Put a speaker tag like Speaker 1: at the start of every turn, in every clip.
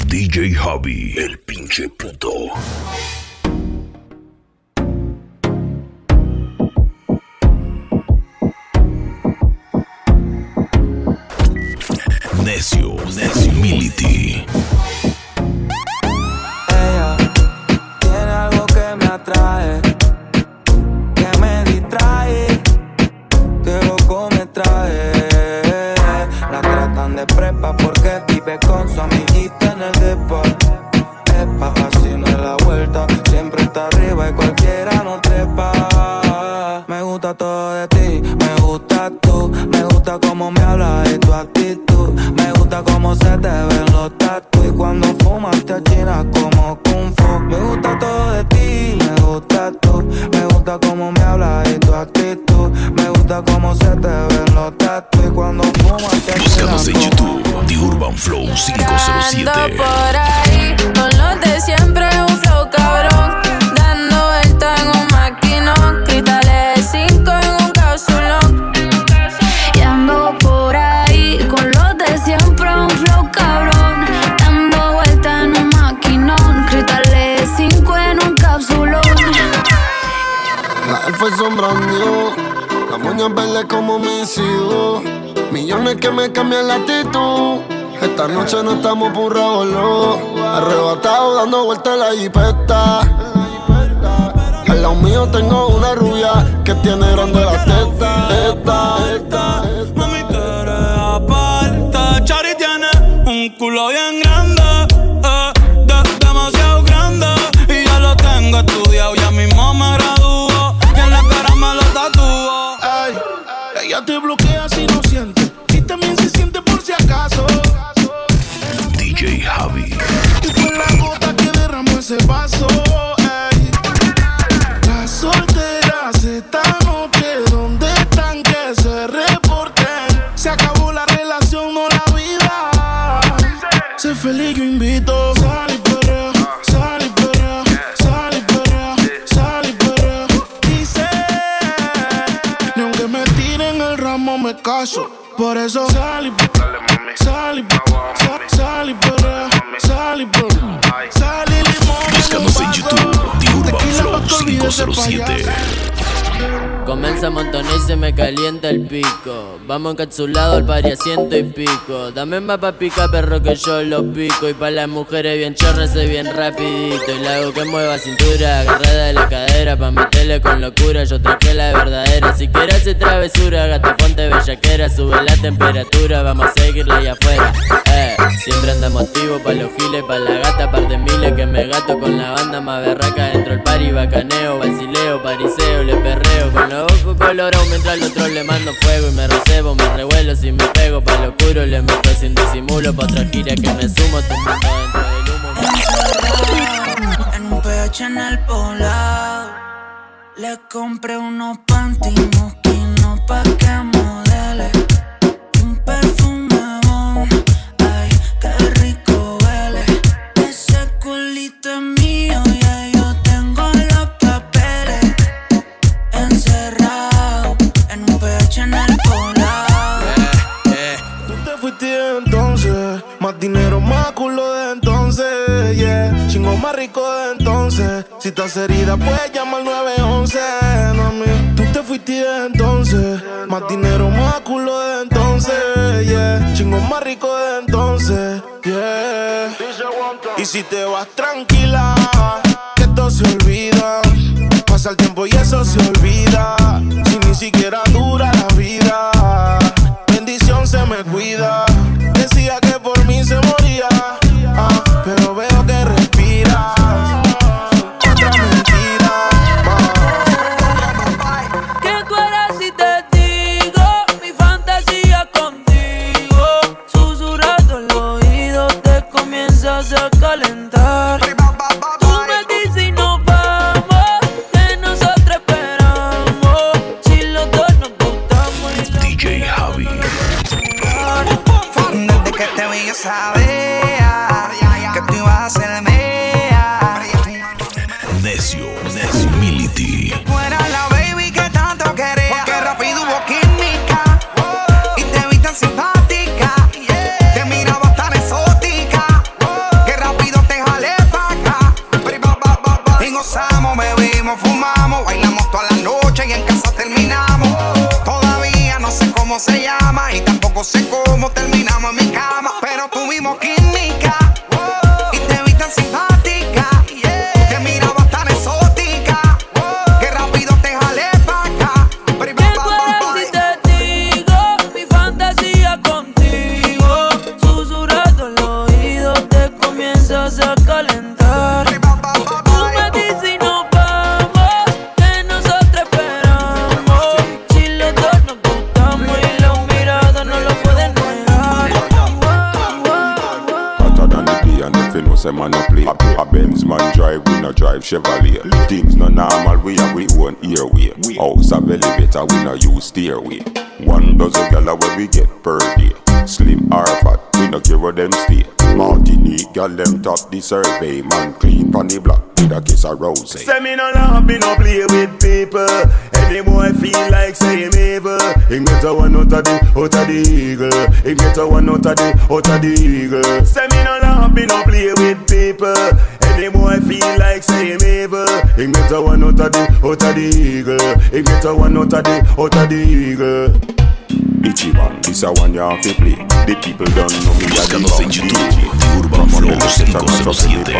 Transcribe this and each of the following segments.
Speaker 1: DJ Javi, el pinche puto. Necio Mility.
Speaker 2: Ella tiene algo que me atrae, que me distrae, que loco me trae. La tratan de prepa porque vive con su amiguita en el depa. Epa, así no es la vuelta, siempre está arriba y cualquiera no trepa. Me gusta todo de ti, me gusta tú, me gusta cómo me hablas y tu actitud. Me gusta cómo se te ven los tatu y cuando fumas te achinas como Kung Fu. Me gusta todo de ti, me gusta tú, me gusta cómo me hablas y tu actitud. Me gusta cómo se te ven los tatu y cuando fumas te achinas.
Speaker 1: Búscanos en YouTube, The Urban Flow 507.
Speaker 3: Ando por ahí con los de siempre, un flow cabrón, dando vuelta en un maquinón, cristales de 5 en un cápsulón. Y ando por ahí con los de siempre, un flow cabrón, dando vuelta en un maquinón, cristales de 5 en un cápsulón.
Speaker 4: La elfa es sombrando, la moña verde como mis hijos. Millones que me cambian la actitud. Esta noche no estamos por revolver, arrebatado dando vueltas en la jipeta. Al lado mío tengo una rubia que tiene grande la teta.
Speaker 5: Mami, tú eres aparte. Chari tiene un culo bien grande, demasiado grande. Y ya lo tengo estudiado, ya mismo me gradúo. Y en la cara me lo tatúo.
Speaker 6: Ay, ella te bloquea si no siente, y también se siente por si acaso.
Speaker 1: DJ Javi.
Speaker 6: Y fue la gota que derramó ese vaso. Ey. Las solteras esta noche, ¿dónde están? Que se reporten. Se acabó la relación, no la vida. Sé feliz, yo invito. Sal y perrea, sal y perrea, sal y perrea, sal y perrea. Dice, ni aunque me tiren el ramo me caso. Por eso sal y perrea, sal y perrea, sal y perrea, sal y perrea, sal y limón.
Speaker 1: Búscanos en YouTube, The Urban Flow 507.
Speaker 7: Comienza a montonar y se me calienta el pico. Vamos encapsulado al pari a 100 y pico. Dame más pa' pica perro que yo lo pico. Y pa' las mujeres bien chorras soy bien rapidito. Y la hago que mueva cintura, agarrada de la cadera, pa' meterle con locura, yo traje la verdadera. Si quieres hacer travesura, gato ponte bellaquera. Sube la temperatura, vamos a seguirla allá afuera. Siempre andamos activos pa' los giles, pa' la gata, par de miles que me gato con la banda más berraca. Dentro el pari, bacaneo, vacileo, pariseo, le perreo con los ojos colorados mientras al otro le mando fuego. Y me recebo, me revuelo, si me pego pa' lo oscuro le meto sin disimulo. Pa' otra gira que me sumo, tumbando dentro del humo.
Speaker 8: En un PH en el poblado le compré unos panty mosquinos pa' que modele. Un perfume bon, ay, qué rico huele. Ese culito es mío, ya yo tengo los papeles. Encerrado en un PH en el poblado.
Speaker 6: Tú te fuiste entonces, más dinero, más culo de entonces, yeah. Chingo más rico de entonces. Si estás herida, puedes llamar al 911, mami. Tú te fuiste entonces, más dinero, más culo de entonces, yeah. Chingo más rico de entonces, yeah. Y si te vas tranquila, que esto se olvida. Pasa el tiempo y eso se olvida. Si ni siquiera dura la vida, bendición se me cuida. Decía que por mí se moría, pero veo que respiras. Otra mentira,
Speaker 8: ¿Qué tú eras si te digo mi fantasía contigo? Susurrando el oído te comienzas a calentar. Tú me dices y nos vamos, que nosotros esperamos. Si los dos nos gustamos.
Speaker 1: DJ Javi.
Speaker 9: Desde que te vi yo sabía que tú ibas a ser mía.
Speaker 1: Necio Mility.
Speaker 9: Tú eras la baby que tanto quería, que rápido hubo química y te vi tan simpática. Te miraba tan exótica, que hicimos química y te vi tan simpática, te miraba tan exótica, que rápido te jalé pa' acá.
Speaker 8: ¿Qué tú eres si te digo mi fantasía contigo? Susurrando el oído te comienzas a calentar. Tú me dices y nos vamos, que nosotros esperamos. Si los dos nos gustamos y la mirada no lo pueden negar.
Speaker 10: Hotter than the day and if you know say man no play. A Benz man drive, we no drive Chevrolet. Things no normal, we have we own airway. House a elevator, we no use stairway. 1 dozen gala where we get per day. Slim or fat, we no care where them stay. Martinique, gal them top the survey. Man clean pon the block with a kiss of rose.
Speaker 6: Say me no laugh, me no play with people. Any boy feel like say him evil. He get a one out of the eagle. He get a one out of the eagle. Say me no laugh, me no play with people. Any boy feel like say him evil. He get a one out of the eagle. He get a one out of the eagle.
Speaker 10: Ichiban, this a one you have to play. The people don't know me as the
Speaker 1: Búscanos en YouTube, The Urban Flow 507.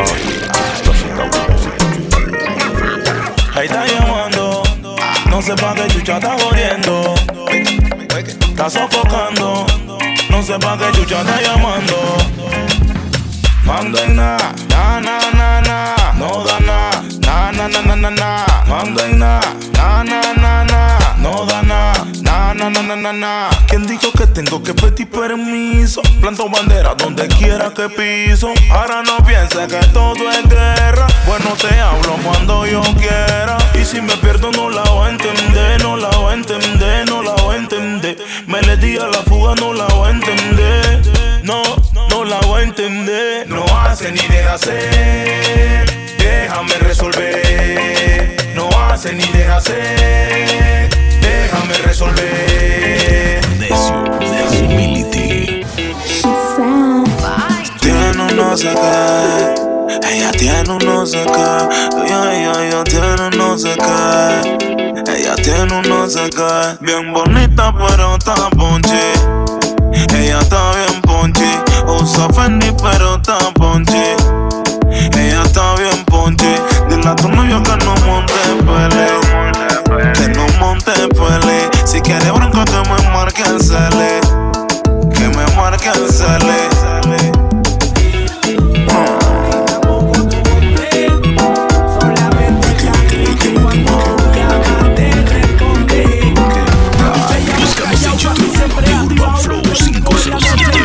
Speaker 6: Ahí está llamando, no sé pa' qué chucha está jodiendo. Está sofocando, no sé pa' qué chucha está llamando. Manda en na, na, na, na, no da na, na, na, na, na, na. Manda en na, na, na, na, na, no da na, na, na, na, na, na. ¿Quién dijo que tengo que pedir permiso? Planto bandera donde quiera que piso. Ahora no pienses que todo es guerra. Bueno, te hablo cuando yo quiera. Y si me pierdo no la voy a entender, no la voy a entender, no la voy a entender. Me le di a la fuga, no la voy a entender. No, no la voy a entender. No hace ni deja hacer, déjame resolver. No hace ni deja hacer, déjame resolver.
Speaker 1: Necio, humility.
Speaker 6: Tiene un no sé qué, ella tiene un no sé qué, ella tiene un no sé qué, ella tiene un no sé qué. Bien bonita pero está ponche, ella está bien ponche. Usa Fendi pero está ponche, ella está bien ponche. Dile a tu novio que no monte pele, que no monte pele. Si quiere bronco que me marque el cele, que me marque el cele.
Speaker 1: Búscanos en YouTube, The Urban Flow 507.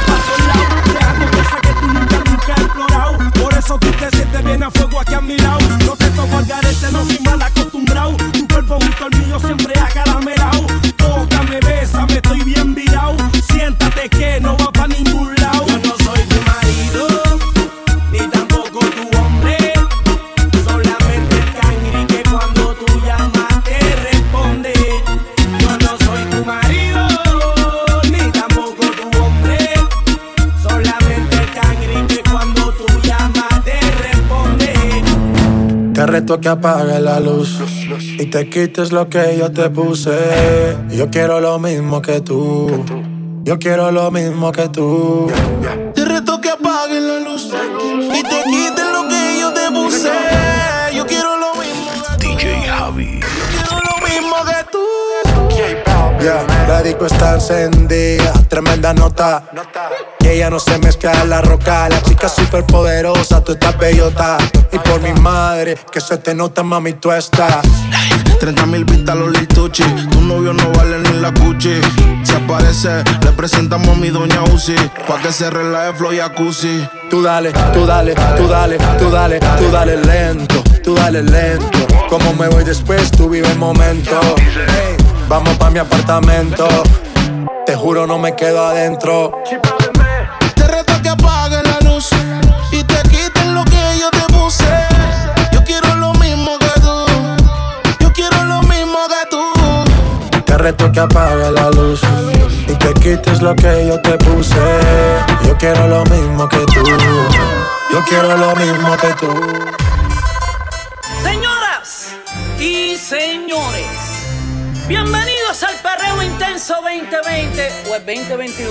Speaker 11: Por eso tú te sientes bien a fuego aquí a mi lado. No te toco al garete, no soy mal acostumbrado. Tu cuerpo junto al mío siempre acaramelao. Tócame, bésame, estoy bien virado. Siéntate que no va pa' ningún lado. Yo no soy tu marido, ni tampoco tu hombre. Solamente el cangri que cuando tú llamas te responde. Yo no soy tu marido, ni tampoco tu hombre. Solamente el cangri que cuando tú llamas te responde.
Speaker 12: Te reto que apagues la luz y te quites lo que yo te puse. Yo quiero lo mismo que tú. Yo quiero lo mismo que tú.
Speaker 6: Te reto que apagues la luz y te quites lo que yo te puse. Yo quiero lo mismo que tú.
Speaker 1: DJ Javi.
Speaker 6: Yo quiero lo mismo que tú.
Speaker 12: Yeah, la disco está encendida, tremenda nota. Y ella no se mezcla en la roca. La chica súper poderosa, tú estás bellota. Y por mi madre, que se te nota, mami, tú estás.
Speaker 6: 30,000 vistas los Lil Tucci. Tu novio no vale ni la Gucci. Si aparece, le presentamos a mi doña Uzi, pa' que se relaje flow y jacuzzi.
Speaker 12: Tú dale, tú dale, tú dale, tú dale, tú dale lento, tú dale lento. Como me voy después, tú vive el momento. Hey, vamos pa' mi apartamento. Te juro no me quedo adentro.
Speaker 6: Te reto que apagues la luz y te quites lo que yo te puse. Yo quiero lo mismo que tú. Yo quiero lo mismo que tú.
Speaker 12: Te reto que apagues la luz y te quites lo que yo te puse. Yo quiero lo mismo que tú. Yo quiero lo mismo que tú.
Speaker 8: Señoras y señores, bienvenidos al Perreo Intenso 2020 o el 2021.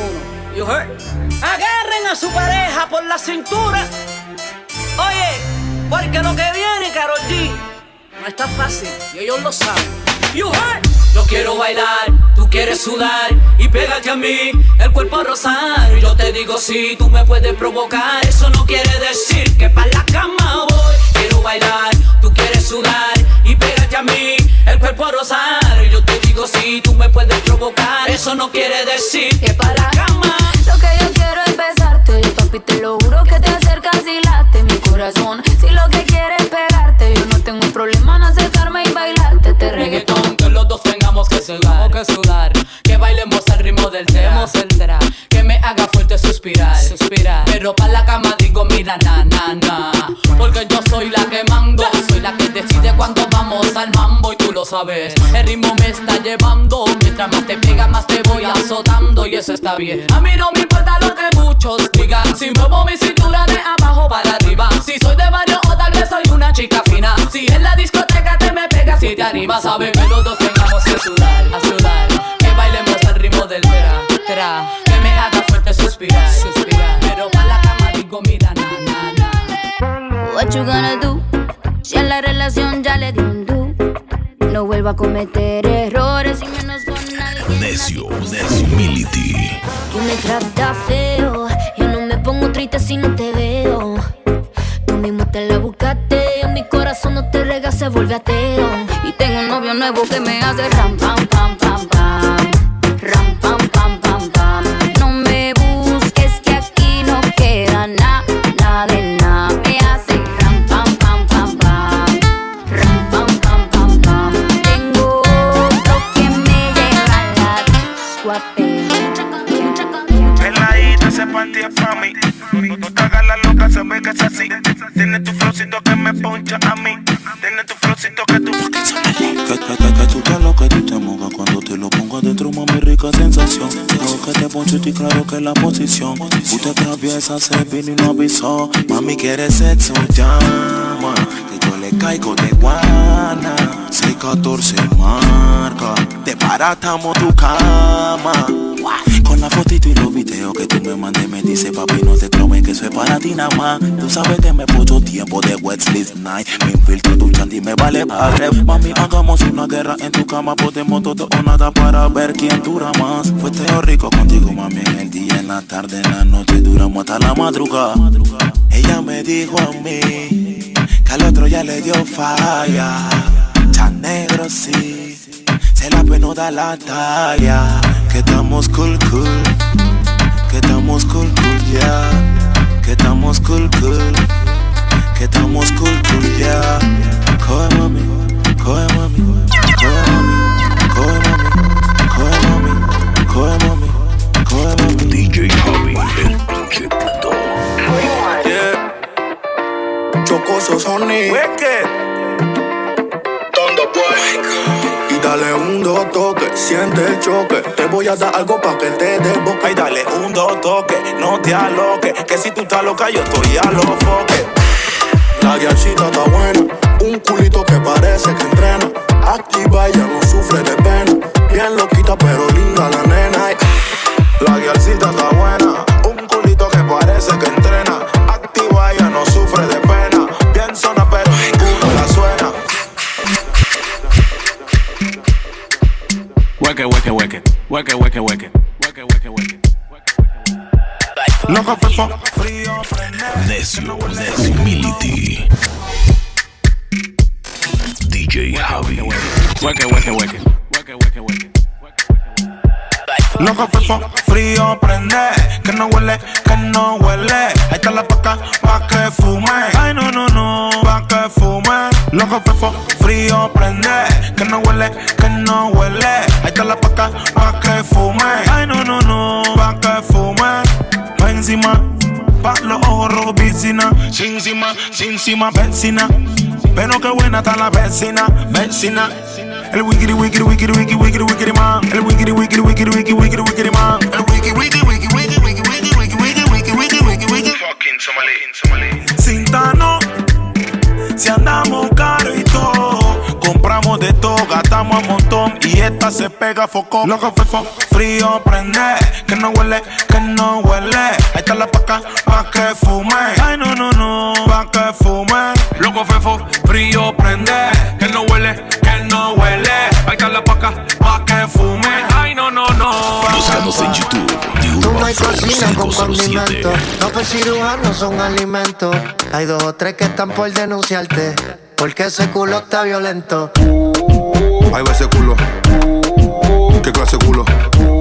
Speaker 13: You heard? Agarren a su pareja por la cintura. Oye, porque lo que viene, Karol G, no está fácil y ellos lo saben. You heard? Yo quiero bailar, tú quieres sudar y pégate a mí, el cuerpo rozar. Yo te digo sí, tú me puedes provocar. Eso no quiere decir que pa' la cama voy. Quiero bailar, tú quieres sudar y pégate a mí, el cuerpo rozar. Yo te digo sí, tú me puedes provocar. Eso no quiere decir que pa' la cama.
Speaker 3: Lo que yo quiero es besarte, papi, te lo juro que te acercas y late mi corazón. Si lo que quieres es pegarte, yo no tengo problema en acercarme y bailarte este reggaetón.
Speaker 13: Que los dos tengamos que sudar, que bailemos al ritmo del tema, que me haga fuerte suspirar, pero pa' la cama digo mira na na na, porque yo soy la que mando, soy la que decide cuando vamos al mambo y tú lo sabes. El ritmo me está llevando, mientras más te pega más te voy azotando y eso está bien. A mí no me importa lo que muchos digan, si muevo mi cintura de abajo para arriba, si soy de barrio o tal vez soy una chica fina, si en la discoteca te me pegas si te animas, sabes que los dos tengamos que sudar, que bailemos al ritmo del tra, que me haga fuerte suspirar, pero pa' la cama digo mira na na na.
Speaker 3: What you gonna do? Si a la relación ya le di un do, no vuelva a cometer errores y menos con alguien.
Speaker 1: Necio Mility.
Speaker 3: Que me trata feo, yo no me pongo triste si no te veo. Tú mismo te la buscaste, en mi corazón no te rega, se vuelve ateo. Y tengo un novio nuevo que me hace ram pam pam pam pam, ram pam pam pam pam. No me busques que aquí no queda nada de nada. Me hace ram pam pam pam pam, ram pam pam pam pam. Tengo otro que me lleva a la suave.
Speaker 6: Peladita, ese panty es pa' mí. No te hagas la loca, se ve que es así. Tienes tu flowcito que me poncha a mí. Tienes tu flowcito que tú...
Speaker 14: Que tú te lo que tú te mojas cuando te lo pongo dentro, mami, rica sensación. Lo que te poncho y claro que la posición. Usted atraviesa, se vino y no avisó. Mami, quiere sexo, llama. Que yo le caigo de guana. 614 marca. Te paratamos tu cama. Con la fotito y los videos que tú me mandes, me dice papi no te traumes que eso es para ti nada más. Tú sabes que me puso tiempo de wet sleep night. Me infiltro tu chanti me vale padre. Mami, hagamos una guerra en tu cama. Podemos todo o nada para ver quién dura más. Fue teo rico contigo, mami, en el día, en la tarde, en la noche. Duramos hasta la madrugada. Ella me dijo a mí que al otro ya le dio falla. Chan negro sí, se la no da la talla. Que estamos cool, que estamos cool, yeah. Que estamos cool, que estamos cool, yeah. Coge mami, coge mami, coge mami, coge mami, coge mami, coge mami, coge mami.
Speaker 1: DJ Javi, el pinche puto.
Speaker 12: Yeah. Chocoso Sony. Wicked. Tondo Boy. Dale un dos toque, siente el choque. Te voy a dar algo pa' que te desboque.
Speaker 14: Ay, dale un dos toque, no te aloques. Que si tú estás loca, yo estoy a los foques.
Speaker 12: La guiachita está buena, un culito que parece que entrena. Activa, ella no sufre de pena. Bien loquita, pero linda la nena.
Speaker 14: La guiachita está buena, un culito que parece que entrena. Activa, ella no sufre de pena. Bien zona, pero ninguno la suena.
Speaker 1: Hueque.
Speaker 14: Loco, frío,
Speaker 1: Necio Mility. DJ Javi.
Speaker 14: Hueque. Loco, frío, prende. Que no huele. Ahí está la paca, pa' que fume. Ay, no, pa' que fume. Loco, frío, prende. Que no huele. Ahí está la paca, pa' que fume. Ay, no, pa' que fume. Pa' encima, pa' los ojos rojos, piscina. Sin encima, vecina. Pero qué buena está la vecina. El wikiri man. El wikiri man. El wikiri man.
Speaker 6: Fucking Somali.
Speaker 14: Cintano, si andamos caro y todo, compramos de todo, gastamos un montón y esta se pega foco. Loco fefo, frío prende, que no huele, que no huele. Ahí está la paca, pa' que fume. Ay, no, no, no, pa' que fume.
Speaker 1: Loco fefo, frío prende, que no huele, que no huele. Ahí está la paca, pa' que fume. Ay, no, no, no. Búscanos en YouTube.
Speaker 15: Tú no hay cocina con condimento. No fue cirujano, son alimentos. Hay 2 o 3 que están por denunciarte, porque ese culo está violento.
Speaker 16: Ahí va ese culo. ¿Qué clase de culo?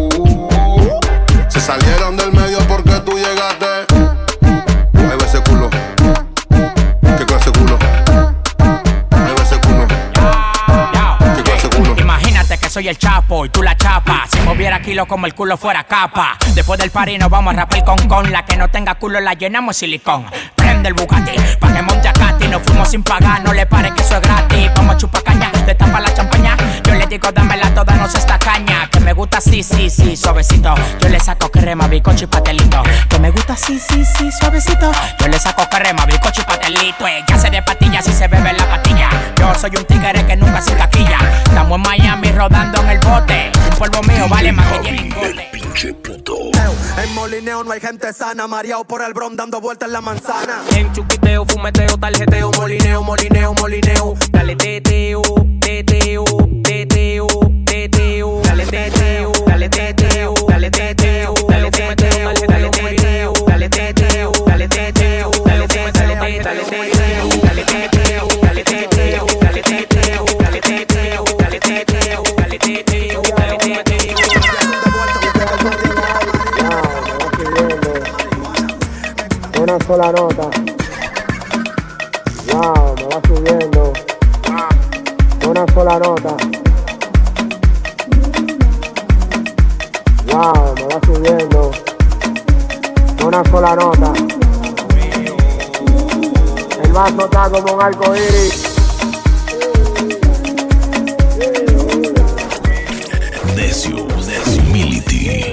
Speaker 16: Se salieron del medio porque tú llegaste. Ahí va ese culo. ¿Qué clase de culo? Ahí va ese culo. ¿Qué clase de culo?
Speaker 17: Imagínate que soy el Chapo y tú la chapa. Si moviera kilo como el culo fuera capa. Después del party nos vamos a rapar con. La que no tenga culo la llenamos de silicón. Prende el Bugatti, pa' que monte a Katy. Nos fuimos sin pagar, no le pare que eso es gratis. Vamos a chupar caña, destapa la champaña. Yo le digo dámela toda, no se esta caña. Que me gusta así, sí, sí, suavecito. Yo le saco crema, bizcocho y pastelito. Que me gusta así, sí, sí, suavecito. Yo le saco crema, bizcocho y pastelito. Ya se de patillas y se bebe la patilla. Yo soy un tigre que nunca se caquilla. Estamos en Miami rodando en el bote. Un polvo mío vale más que Jenny Cote.
Speaker 18: En Molineo no hay gente sana, mareado por el bron dando vueltas en la manzana.
Speaker 19: En chuquiteo, fumeteo, tarjeteo, molineo, molineo, molineo. Dale teteo, teteo, teteo, teteo. Dale teteo, dale teteo, dale teteo, dale teteo, dale teteo, dale teteo, dale teteo, dale teteo, dale teteo, dale teteo, dale teteo, dale teteo, dale teteo, dale teteo, dale teteo, dale teteo, dale teteo.
Speaker 20: Una sola nota. Wow, me va subiendo. Una sola nota. Wow, me va subiendo. Una sola nota. El vaso está como un arco iris.
Speaker 1: Necio, humility.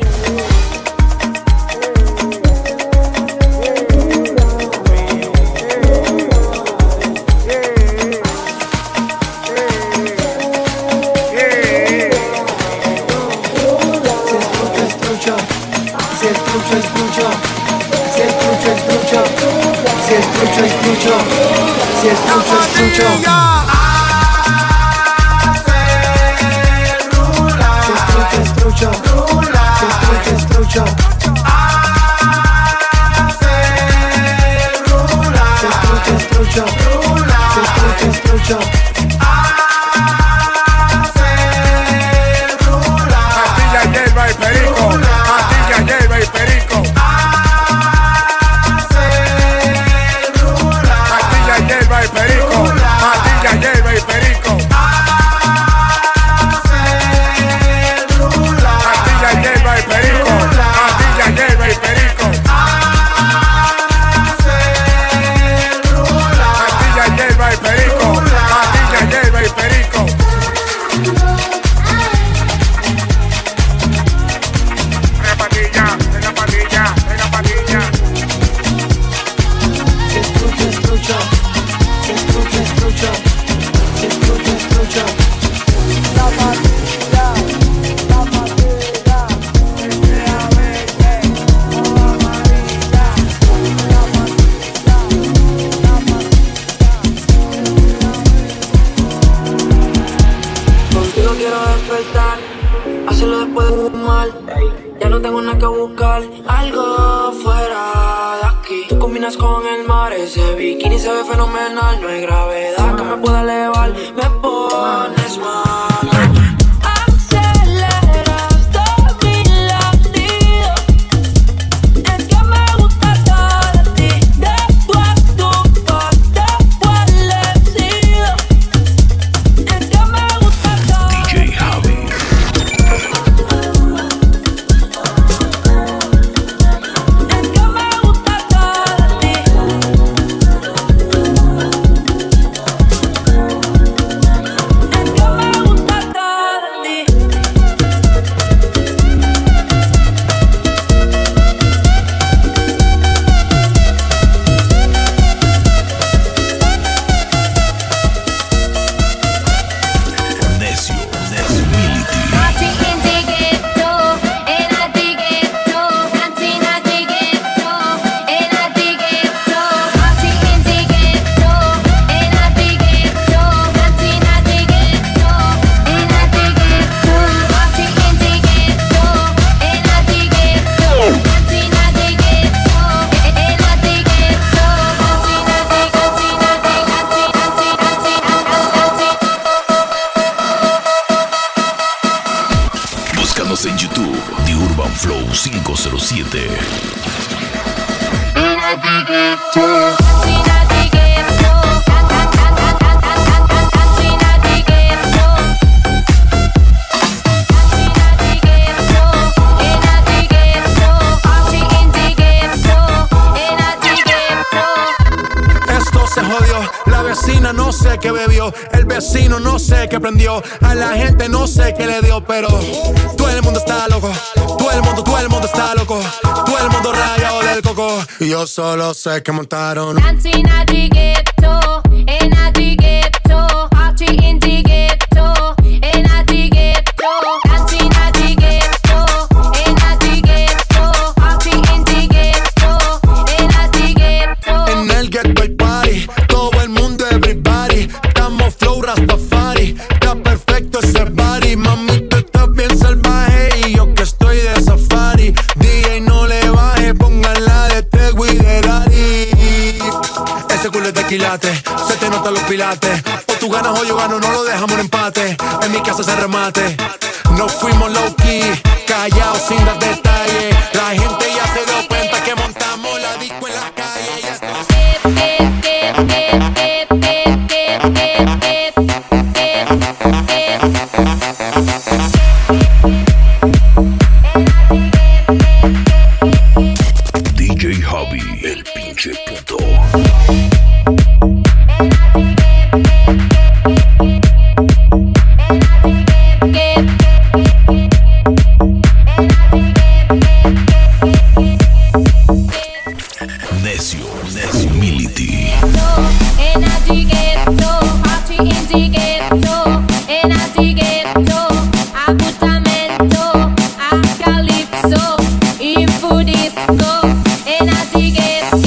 Speaker 15: Si es trucho, es trucho. Si es trucho, es trucho. Si es trucho, es trucho. Si es trucho, es trucho. Si es trucho, es trucho. Si es trucho, es trucho.
Speaker 21: Pastilla, hierba y perico. Pastilla, hierba y perico. Hierba y perico, patilla, hierba y perico. Patilla, hierba y perico, patilla, hierba y perico. Patilla, hierba y perico, patilla, hierba y perico. Una patilla, una patilla, una patilla.
Speaker 15: Si es trucho, es trucho. Si es trucho, es trucho. Si es trucho, es trucho.
Speaker 8: La patilla, la patilla. Verde, o amarilla. La patilla, la patilla. Contigo quiero despertar, hacerlo después de fumar. Ya no tengo nada que buscar, algo fuera de aquí. Tú combinas con el mar, ese bikini se ve fenomenal. No hay gravedad que me pueda elevar, me pones mal.
Speaker 12: No sé qué bebió, el vecino no sé qué prendió, a la gente no sé qué le dio, pero todo el mundo está loco, todo el mundo está loco, todo el mundo rayado del coco. Y yo solo sé que montaron
Speaker 3: Dancing at the ghetto, in at the ghetto, party in the ghetto, in at the ghetto, dancing at the ghetto, in at the ghetto, party in the ghetto, in at the ghetto.
Speaker 12: En el ghetto hay party, todo el mundo everybody, estamos flow Rastafari, está perfecto ese body, mami tú estás bien salvaje y yo que estoy de safari, DJ no le baje, pónganla de Tego y de Daddy. Ese culo es de quilate, se te notan los pilates, o tú ganas o yo gano, no lo dejamos en empate, en mi casa se remate, no fuimos low key, callados sin dar detalles, la gente ya se dio cuenta que montamos la disco en la calle y esto
Speaker 2: DJ Javi, el pinche puto. Necio, Mility.
Speaker 3: In at the ghetto, party in the ghetto, in at the ghetto, Aputamento, Calypso, Info Disco, in at the ghetto,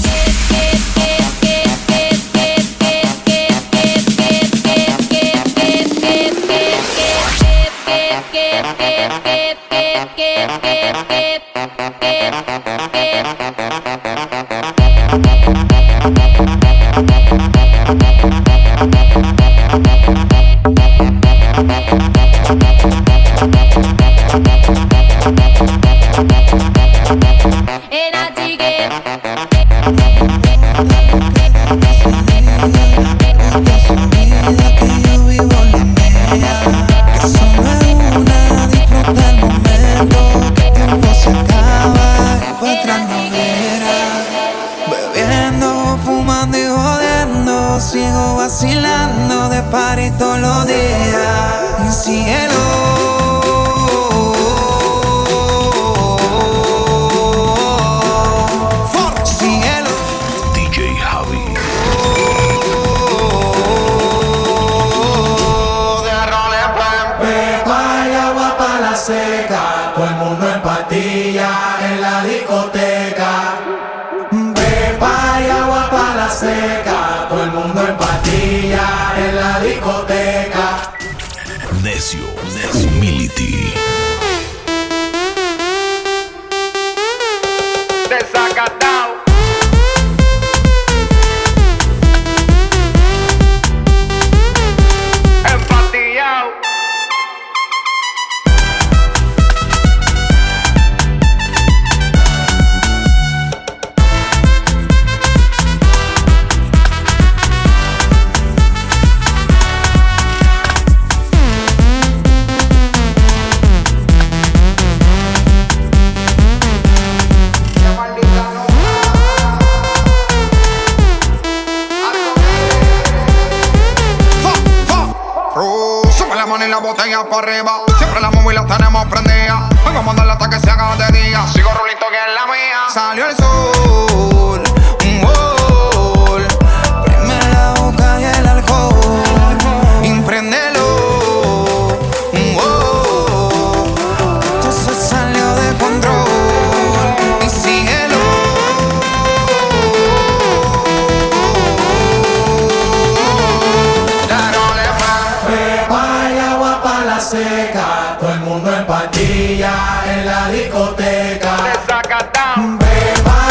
Speaker 9: sigo vacilando de party todos los días. Cielo. Cielo.
Speaker 2: DJ Javi.
Speaker 12: Pepa y agua pa' la seca, todo el mundo en patilla en la discoteca. Pepa y agua pa' la seca, todo el mundo en patilla en la discoteca.
Speaker 2: Necio, Mility.
Speaker 21: Desacatado. Empatillado.
Speaker 9: Sube la mano y la botella para arriba. Siempre la móvil la tenemos prendida. Vengo a mandarla hasta que se haga de día. Sigo rulito que es la mía. Salió el sol, un gol. Prime la boca y el alcohol. Impréndelo, un gol. Esto se salió de control. Y síguelo.
Speaker 12: Pepa y agua pa' la seca, todo el mundo en patilla en la discoteca.
Speaker 21: Desacatado.
Speaker 12: Pepa